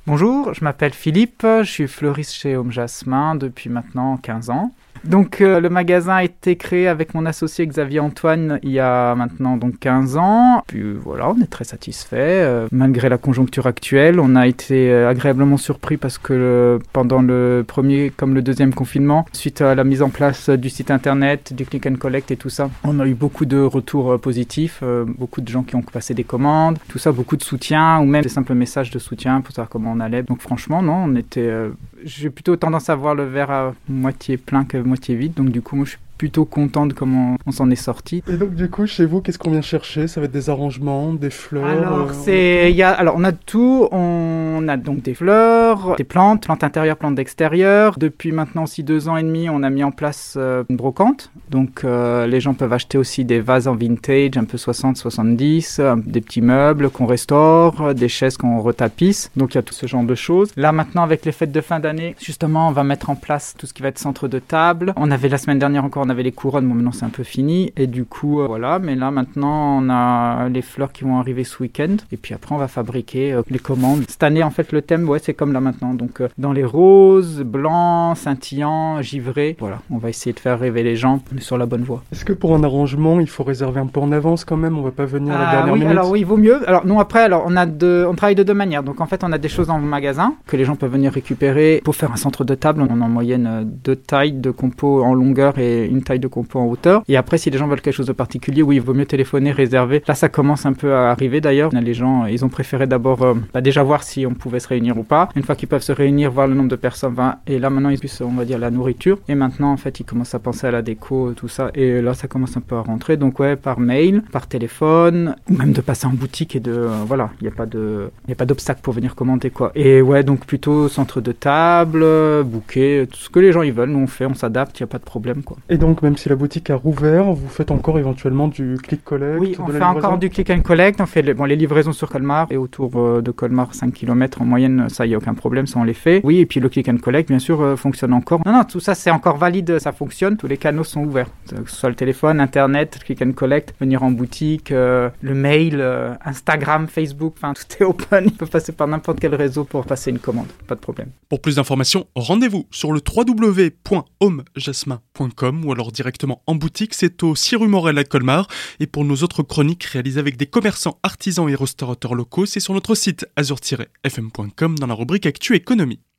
Bonjour, je m'appelle Philippe, je suis fleuriste chez Home Jasmin depuis maintenant 15 ans. Donc le magasin a été créé avec mon associé Xavier Antoine il y a maintenant donc 15 ans. Puis voilà, on est très satisfait. Malgré la conjoncture actuelle, on a été agréablement surpris parce que pendant le premier comme le deuxième confinement, suite à la mise en place du site internet, du click and collect et tout ça, on a eu beaucoup de retours positifs, beaucoup de gens qui ont passé des commandes, tout ça, beaucoup de soutien ou même des simples messages de soutien pour savoir comment on allait. Donc franchement, non, on était... j'ai plutôt tendance à voir le verre à moitié plein que moitié vide, donc du coup moi je suis plutôt content de comment on s'en est sorti. Et donc du coup chez vous, qu'est-ce qu'on vient chercher? Ça va être des arrangements, des fleurs? Alors on a tout, on a donc des fleurs, des plantes intérieures, plantes d'extérieur. Depuis maintenant aussi 2 ans et demi, on a mis en place une brocante, donc les gens peuvent acheter aussi des vases en vintage, un peu 60-70, des petits meubles qu'on restaure, des chaises qu'on retapisse, donc il y a tout ce genre de choses. Là maintenant avec les fêtes de fin d'année, justement on va mettre en place tout ce qui va être centre de table. On avait la semaine dernière encore, on avait les couronnes, bon maintenant c'est un peu fini, et du coup voilà, mais là maintenant on a les fleurs qui vont arriver ce week-end, et puis après on va fabriquer les commandes. Cette année en fait le thème, c'est comme là maintenant, donc dans les roses, blancs, scintillants, givrés, voilà, on va essayer de faire rêver les gens, on est sur la bonne voie. Est-ce que pour un arrangement, il faut réserver un peu en avance quand même? On va pas venir à la dernière minute? Alors oui, il vaut mieux. Alors nous après, on travaille de 2 manières, donc en fait on a des choses dans le magasin que les gens peuvent venir récupérer. Pour faire un centre de table, on a en moyenne 2 tailles de compo en longueur et une taille de compo en hauteur. Et après, si les gens veulent quelque chose de particulier, oui, il vaut mieux téléphoner, réserver. Là, ça commence un peu à arriver d'ailleurs. Les gens, ils ont préféré d'abord déjà voir si on pouvait se réunir ou pas. Une fois qu'ils peuvent se réunir, voir le nombre de personnes, et là maintenant, ils puissent, on va dire, la nourriture. Et maintenant, en fait, ils commencent à penser à la déco, tout ça. Et là, ça commence un peu à rentrer. Donc ouais, par mail, par téléphone, ou même de passer en boutique et voilà, il n'y a pas d'obstacle pour venir commander quoi. Et ouais, donc plutôt centre de table, bouquet, tout ce que les gens ils veulent, nous on fait, on s'adapte, il n'y a pas de problème quoi. Et donc même si la boutique a rouvert, vous faites encore éventuellement du click collect? Oui, on fait encore du click and collect, on fait les livraisons sur Colmar et autour de Colmar 5 km en moyenne, ça il n'y a aucun problème, ça on les fait. Oui, et puis le click and collect bien sûr fonctionne encore. Non, tout ça c'est encore valide, ça fonctionne, tous les canaux sont ouverts, que ce soit le téléphone, internet, click and collect, venir en boutique, le mail, Instagram, Facebook, enfin tout est open, ils peuvent passer par n'importe quel réseau pour passer une commande, pas de problème. Pour plus d'informations, rendez-vous sur le www.homejasmin.com ou alors directement en boutique, c'est au 6 rue Morel à Colmar. Et pour nos autres chroniques réalisées avec des commerçants, artisans et restaurateurs locaux, c'est sur notre site azur-fm.com dans la rubrique Actu Économie.